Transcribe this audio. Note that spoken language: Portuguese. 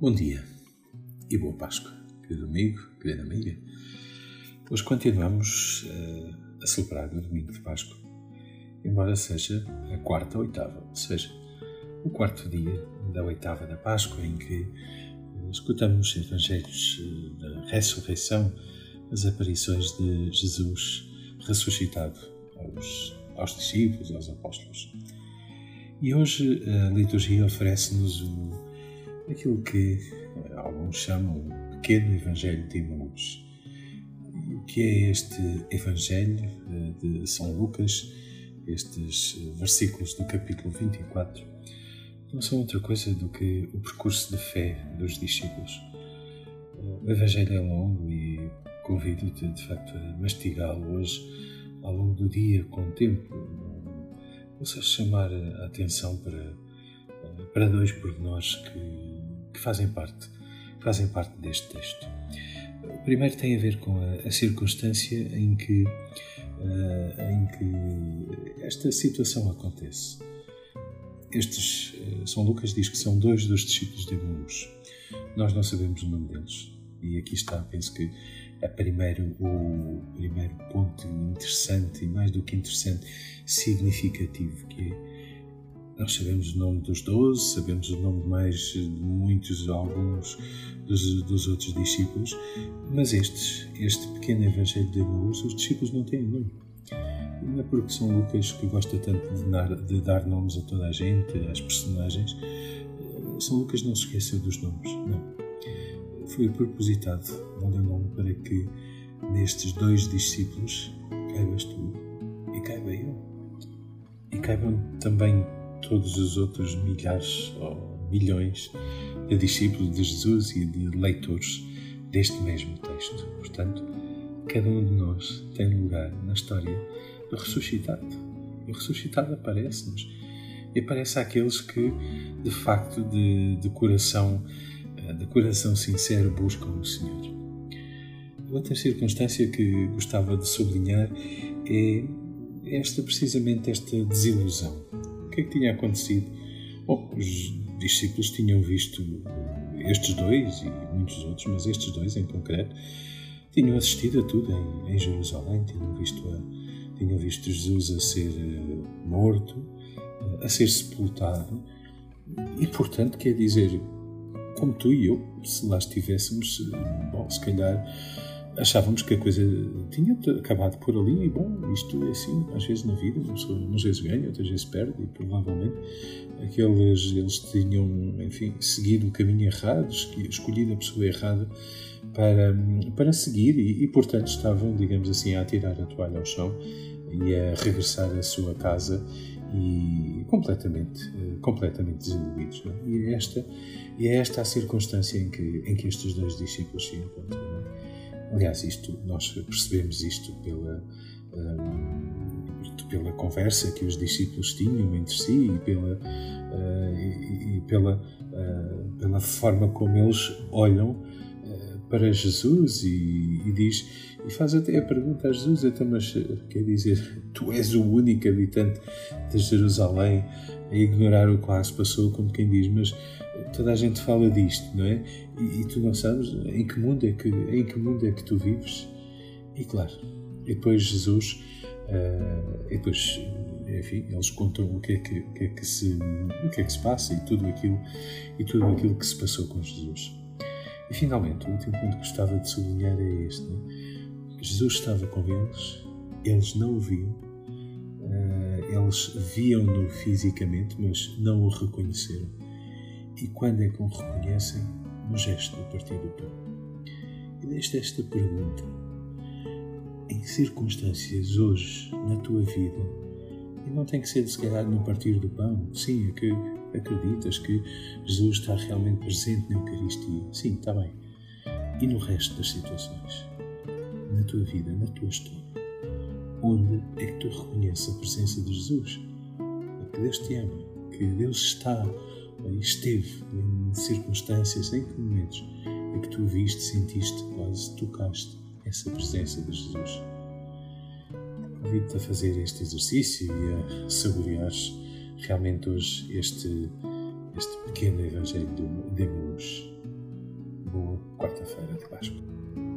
Bom dia e boa Páscoa, querido amigo, querida amiga. Hoje continuamos a celebrar o domingo de Páscoa, embora seja a quarta oitava, ou seja, o quarto dia da oitava da Páscoa, em que escutamos os evangelhos da ressurreição, as aparições de Jesus ressuscitado aos discípulos, aos apóstolos. E hoje a liturgia oferece-nos aquilo que alguns chamam o pequeno Evangelho de Emaús. O que é este Evangelho de São Lucas? Estes versículos do capítulo 24 não são outra coisa do que o percurso de fé dos discípulos. O Evangelho é longo e convido-te, de facto, a mastigá-lo hoje ao longo do dia, com tempo. Vou só chamar a atenção para dois pormenores que fazem parte deste texto. O primeiro tem a ver com a circunstância em que esta situação acontece. São Lucas diz que são dois dos discípulos de Emaús. Nós não sabemos o nome deles. E aqui está, penso que o primeiro ponto interessante, e mais do que interessante, significativo, que é: nós sabemos o nome dos 12, sabemos o nome de alguns dos outros discípulos, mas este pequeno Evangelho de Emaús, os discípulos não têm nome. E não é porque São Lucas, que gosta tanto de dar nomes a toda a gente, às personagens, São Lucas não se esqueceu dos nomes, não. Foi propositado, não deu nome, para que nestes dois discípulos caibas tu e caiba eu. E caibam também todos os outros milhares ou milhões de discípulos de Jesus e de leitores deste mesmo texto. Portanto, cada um de nós tem lugar na história do ressuscitado. E o ressuscitado aparece-nos. E aparece àqueles que, de facto, de coração sincero, buscam o Senhor. Outra circunstância que gostava de sublinhar é precisamente esta desilusão. O que é que tinha acontecido? Bom, os discípulos tinham visto estes dois e muitos outros, mas estes dois em concreto tinham assistido a tudo em Jerusalém, tinham visto Jesus a ser morto, a ser sepultado, e portanto, quer dizer, como tu e eu, se lá estivéssemos, se calhar achávamos que a coisa tinha acabado por ali, e isto é assim, às vezes na vida, umas vezes ganha, outras vezes perde, e provavelmente eles tinham, seguido o caminho errado, escolhido a pessoa errada para seguir, e portanto estavam, digamos assim, a atirar a toalha ao chão e a regressar à sua casa e completamente desiludidos, não é? E é esta a circunstância em que estes dois discípulos se encontram, não é? Aliás, nós percebemos isto pela conversa que os discípulos tinham entre si e pela forma como eles olham para Jesus e faz até a pergunta a Jesus: então, mas quer dizer, tu és o único habitante de Jerusalém a ignorar o que lá se passou, como quem diz, mas toda a gente fala disto, não é? E tu não sabes em que mundo é que tu vives? E claro, e depois Jesus, eles contam o que é que se passa e tudo aquilo que se passou com Jesus. E finalmente, o último ponto que gostava de sublinhar é este, não é? Jesus estava com eles não o viam, eles viam-no fisicamente, mas não o reconheceram. E quando é que o reconhecem? No gesto de partir do pão. E deixo esta pergunta: em que circunstâncias hoje, na tua vida, e não tem que ser se calhar no partir do pão, sim, é que acreditas que Jesus está realmente presente na Eucaristia? Sim, está bem. E no resto das situações? Na tua vida, na tua história? Onde é que tu reconheces a presença de Jesus? É que Deus te ama, que Deus esteve em circunstâncias, em que momentos é que tu viste, sentiste, quase tocaste essa presença de Jesus? Convido-te a fazer este exercício e a saboreares realmente hoje este pequeno Evangelho de Emaús. boa quarta-feira de Páscoa.